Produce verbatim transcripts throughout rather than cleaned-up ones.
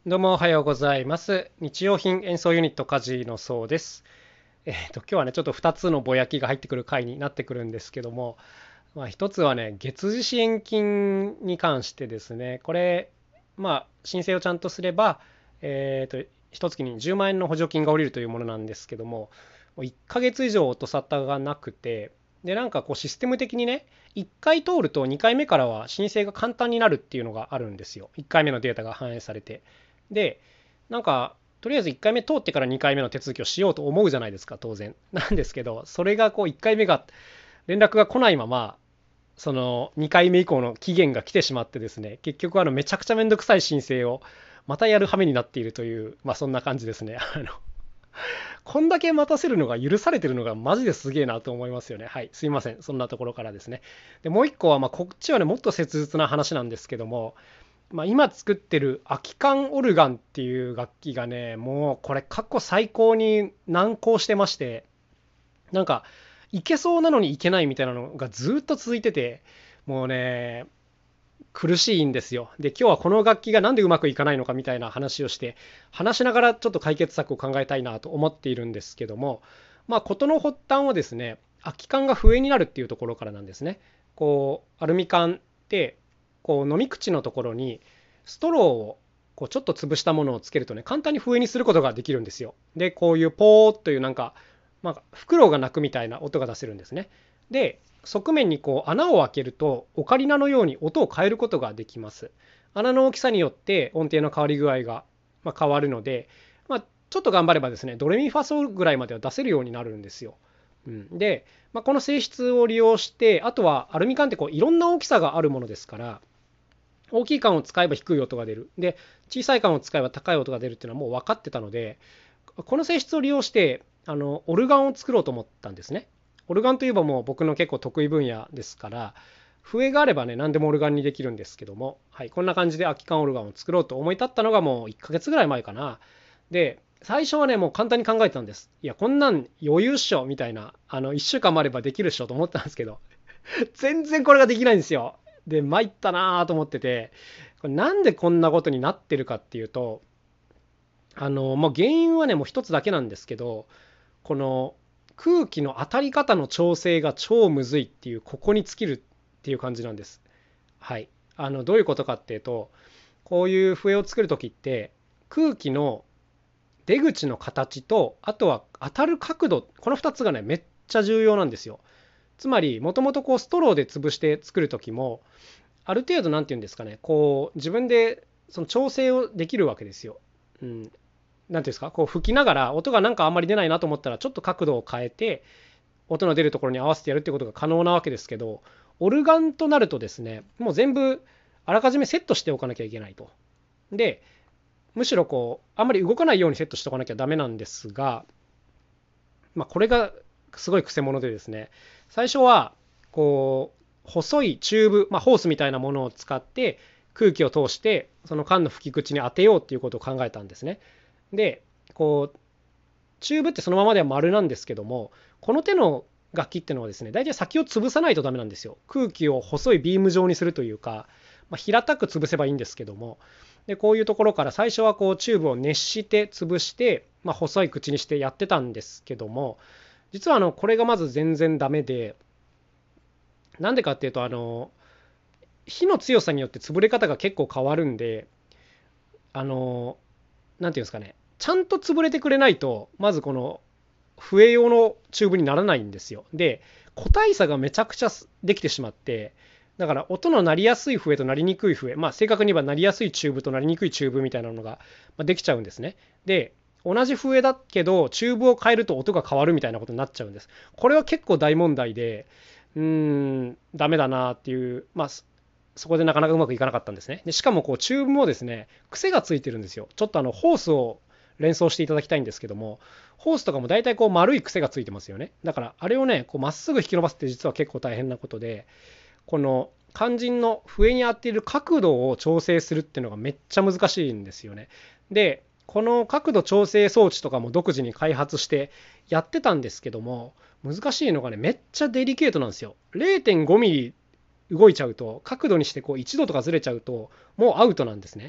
どうもおはようございます。日用品演奏ユニットカジのそうです。えっと、今日はね、ちょっとふたつのぼやきが入ってくる回になってくるんですけども、まあ、ひとつはね、月次支援金に関してですね、これ、まあ、申請をちゃんとすれば、えっと、いっかげつにじゅうまん円の補助金が下りるというものなんですけども、もういっかげつ以上音沙汰がなくて、で、なんかこうシステム的にね、いっかい通るとにかいめからは申請が簡単になるっていうのがあるんですよ。いっかいめのデータが反映されて。で、なんか、とりあえずいっかいめ通ってからにかいめの手続きをしようと思うじゃないですか、当然。なんですけど、それがこういっかいめが連絡が来ないまま、そのにかいめ以降の期限が来てしまってですね、結局あのめちゃくちゃめんどくさい申請をまたやる羽目になっているという、まあそんな感じですね。あの、こんだけ待たせるのが許されてるのがマジですげえなと思いますよね。はい、すいません。そんなところからですね。で、もう一個は、まあこっちはね、もっと切実な話なんですけども、まあ、今作ってる空き缶オルガンっていう楽器がね、もうこれ過去最高に難航してまして、なんかいけそうなのにいけないみたいなのがずっと続いてて、もうね、苦しいんですよ。で、今日はこの楽器がなんでうまくいかないのかみたいな話をして、話しながらちょっと解決策を考えたいなと思っているんですけども、まあ、事の発端はですね、空き缶が不衛になるっていうところからなんですね。こう、アルミ缶ってこう飲み口のところにストローをこうちょっと潰したものをつけるとね、簡単に笛にすることができるんですよ。で、こういうポーっというなんか、まあ、フクロウが鳴くみたいな音が出せるんですね。で、側面にこう穴を開けるとオカリナのように音を変えることができます。穴の大きさによって音程の変わり具合がまあ変わるので、まあ、ちょっと頑張ればですね、ドレミファソぐらいまでは出せるようになるんですよ。うん、で、まあ、この性質を利用して、あとはアルミ缶ってこういろんな大きさがあるものですから、大きい缶を使えば低い音が出る。で、小さい缶を使えば高い音が出るっていうのはもう分かってたので、この性質を利用して、あの、オルガンを作ろうと思ったんですね。オルガンといえばもう僕の結構得意分野ですから、笛があればね、何でもオルガンにできるんですけども、はい、こんな感じで空き缶オルガンを作ろうと思い立ったのがもういっかげつぐらい前かな。で、最初はね、もう簡単に考えてたんです。いや、こんなん余裕っしょみたいな、あの、いっしゅうかんもあればできるっしょと思ったんですけど、全然これができないんですよ。で、参ったなと思ってて、これなんでこんなことになってるかっていうと、あの、もう原因はね、もう一つだけなんですけど、この空気の当たり方の調整が超むずいっていう、ここに尽きるっていう感じなんです。はい。あの、どういうことかっていうと、こういう笛を作るときって、空気の出口の形と、あとは当たる角度、このふたつがね、めっちゃ重要なんですよ。つまり、もともとこうストローで潰して作るときも、ある程度なんて言うんですかね、こう自分でその調整をできるわけですよ。うん。なんていうんですか、こう吹きながら音がなんかあんまり出ないなと思ったらちょっと角度を変えて音の出るところに合わせてやるってことが可能なわけですけど、オルガンとなるとですね、もう全部あらかじめセットしておかなきゃいけないと。で、むしろこうあんまり動かないようにセットしておかなきゃダメなんですが、まあ、これがすごい癖者でですね、最初はこう細いチューブ、まあ、ホースみたいなものを使って空気を通してその缶の吹き口に当てようっていうことを考えたんですね。で、こうチューブってそのままでは丸なんですけども、この手の楽器っていうのはですね、大体先を潰さないとダメなんですよ。空気を細いビーム状にするというか、まあ、平たく潰せばいいんですけども、でこういうところから最初はこうチューブを熱して潰して、まあ、細い口にしてやってたんですけども、実はあのこれがまず全然ダメで、なんでかっていうと、あの火の強さによって潰れ方が結構変わるんで、あのなんていうんですかね、ちゃんと潰れてくれないと、まずこの笛用のチューブにならないんですよ。で、個体差がめちゃくちゃできてしまって、だから音の鳴りやすい笛と鳴りにくい笛、まあ正確に言えば鳴りやすいチューブと鳴りにくいチューブみたいなのができちゃうんですね。で、同じ笛だけどチューブを変えると音が変わるみたいなことになっちゃうんです。これは結構大問題で、うーん、ダメだなっていう、まあそこでなかなかうまくいかなかったんですね。でしかもこうチューブもですね、癖がついてるんですよ。ちょっとあのホースを連想していただきたいんですけども、ホースとかも大体こう丸い癖がついてますよね。だからあれをね、こうまっすぐ引き伸ばすって実は結構大変なことで、この肝心の笛に当てる角度を調整するっていうのがめっちゃ難しいんですよね。で、この角度調整装置とかも独自に開発してやってたんですけども、難しいのがね、めっちゃデリケートなんですよ。れいてんごミリ動いちゃうと、角度にしてこういちどとかずれちゃうと、もうアウトなんですね。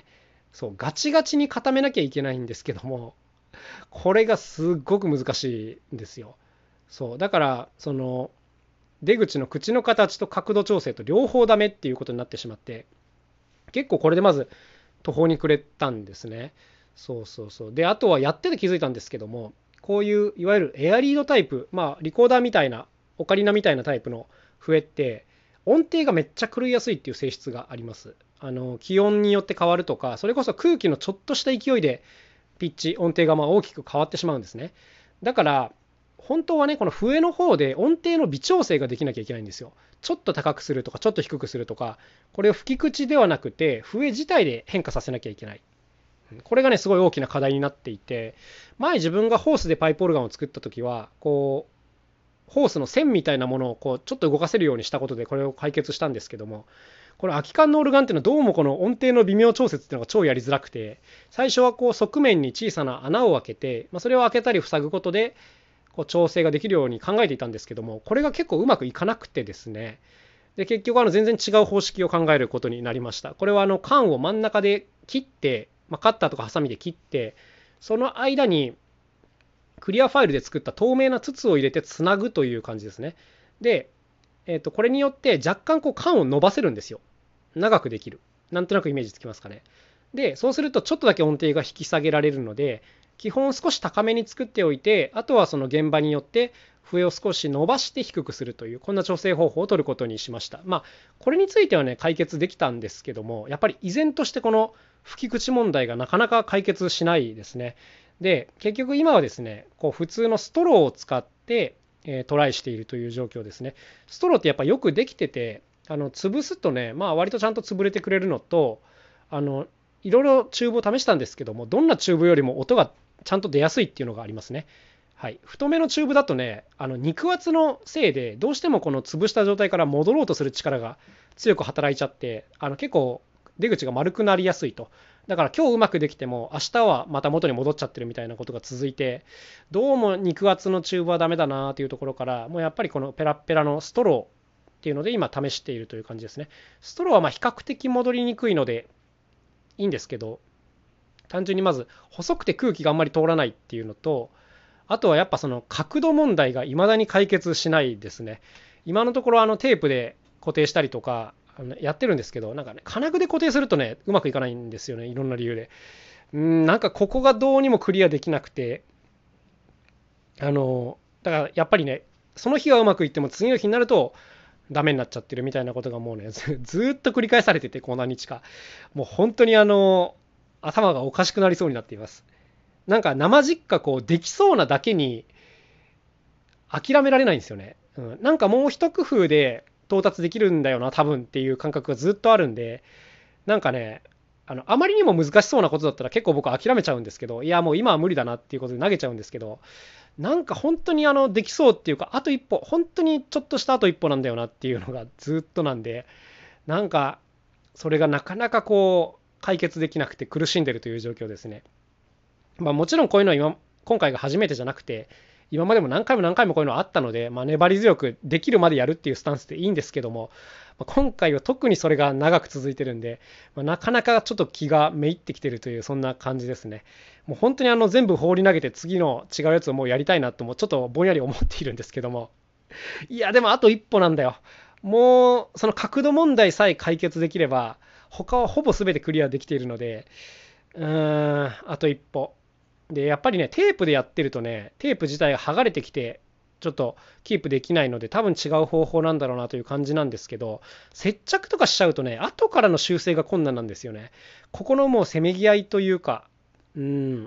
そうガチガチに固めなきゃいけないんですけども、これがすっごく難しいんですよ。そうだからその出口の口の形と角度調整と両方ダメっていうことになってしまって、結構これでまず途方に暮れたんですね。そうそうそう。で、あとはやってて気づいたんですけども、こういういわゆるエアリードタイプ、まあリコーダーみたいな、オカリナみたいなタイプの笛って、音程がめっちゃ狂いやすいっていう性質があります。あの気温によって変わるとか、それこそ空気のちょっとした勢いでピッチ、音程がまあ大きく変わってしまうんですね。だから本当はね、この笛の方で音程の微調整ができなきゃいけないんですよ。ちょっと高くするとか、ちょっと低くするとか、これを吹き口ではなくて、笛自体で変化させなきゃいけない。これがね、すごい大きな課題になっていて、前自分がホースでパイプオルガンを作った時は、こう、ホースの線みたいなものをこうちょっと動かせるようにしたことでこれを解決したんですけども、この空き缶のオルガンっていうのはどうもこの音程の微妙調節っていうのが超やりづらくて、最初はこう側面に小さな穴を開けて、まあ、それを開けたり塞ぐことでこう調整ができるように考えていたんですけども、これが結構うまくいかなくてですね、で結局あの全然違う方式を考えることになりました。これはあの缶を真ん中で切って、まあ、カッターとかハサミで切って、その間にクリアファイルで作った透明な筒を入れてつなぐという感じですね。で、えー、とこれによって若干こう缶を伸ばせるんですよ。長くできる。なんとなくイメージつきますかね。で、そうするとちょっとだけ音程が引き下げられるので、基本少し高めに作っておいて、あとはその現場によって笛を少し伸ばして低くするという、こんな調整方法を取ることにしました。まあ、これについてはね、解決できたんですけども、やっぱり依然としてこの吹き口問題がなかなか解決しないですね。で、結局今はですね、こう普通のストローを使って、えートライしているという状況ですね。ストローってやっぱよくできてて、あの潰すとね、まあ割とちゃんと潰れてくれるのと、あのいろいろチューブを試したんですけども、どんなチューブよりも音がちゃんと出やすいっていうのがありますね。はい、太めのチューブだとね、あの肉圧のせいでどうしてもこの潰した状態から戻ろうとする力が強く働いちゃって、あの結構出口が丸くなりやすいと。だから今日うまくできても明日はまた元に戻っちゃってるみたいなことが続いて、どうも肉圧のチューブはダメだなというところから、もうやっぱりこのペラッペラのストローっていうので今試しているという感じですね。ストローはまあ比較的戻りにくいのでいいんですけど、単純にまず細くて空気があんまり通らないっていうのと、あとはやっぱその角度問題が未だに解決しないですね。今のところあのテープで固定したりとかあのやってるんですけど、なんかね、金具で固定するとね、うまくいかないんですよね、いろんな理由で。うん、なんかここがどうにもクリアできなくて、あの、だからやっぱりね、その日はうまくいっても次の日になるとダメになっちゃってるみたいなことがもうね、ずずっと繰り返されてて、こう何日か。もう本当にあの、頭がおかしくなりそうになっています。なんか生実家こうできそうなだけに諦められないんですよね。うん、なんかもう一工夫で到達できるんだよな、多分っていう感覚がずっとあるんで、なんかね、あの、あまりにも難しそうなことだったら結構僕は諦めちゃうんですけど、いやもう今は無理だなっていうことで投げちゃうんですけど、なんか本当にあの、できそうっていうか、あと一歩、本当にちょっとしたあと一歩なんだよなっていうのがずっとなんで、なんか、それがなかなかこう、解決できなくて苦しんでるという状況ですね。まあもちろんこういうのは今、今回が初めてじゃなくて、今までも何回も何回もこういうのあったので、まあ、粘り強くできるまでやるっていうスタンスでいいんですけども、まあ、今回は特にそれが長く続いてるんで、まあ、なかなかちょっと気がめいってきてるというそんな感じですね。もう本当にあの全部放り投げて次の違うやつをもうやりたいなともちょっとぼんやり思っているんですけども、いやでもあと一歩なんだよ。もうその角度問題さえ解決できれば他はほぼ全てクリアできているので、うーんあと一歩で、やっぱりね、テープでやってるとね、テープ自体が剥がれてきて、ちょっとキープできないので、多分違う方法なんだろうなという感じなんですけど、接着とかしちゃうとね、後からの修正が困難なんですよね。ここのもうせめぎ合いというか、うん、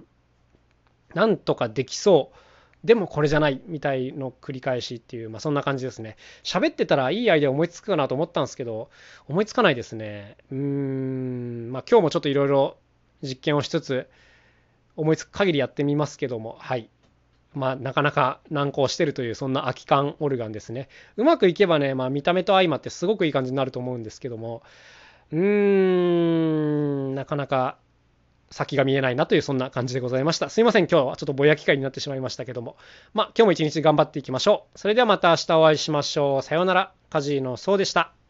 なんとかできそう。でもこれじゃないみたいの繰り返しっていう、まあそんな感じですね。喋ってたらいいアイデア思いつくかなと思ったんですけど、思いつかないですね。うーん、まあ今日もちょっといろいろ実験をしつつ、思いつく限りやってみますけども、はい。まあ、なかなか難航してるという、そんな空き缶オルガンですね。うまくいけばね、まあ、見た目と相まってすごくいい感じになると思うんですけども、うーん、なかなか先が見えないなという、そんな感じでございました。すいません、今日はちょっとぼやき会になってしまいましたけども、まあ、今日も一日頑張っていきましょう。それではまた明日お会いしましょう。さようなら。カジノそうでした。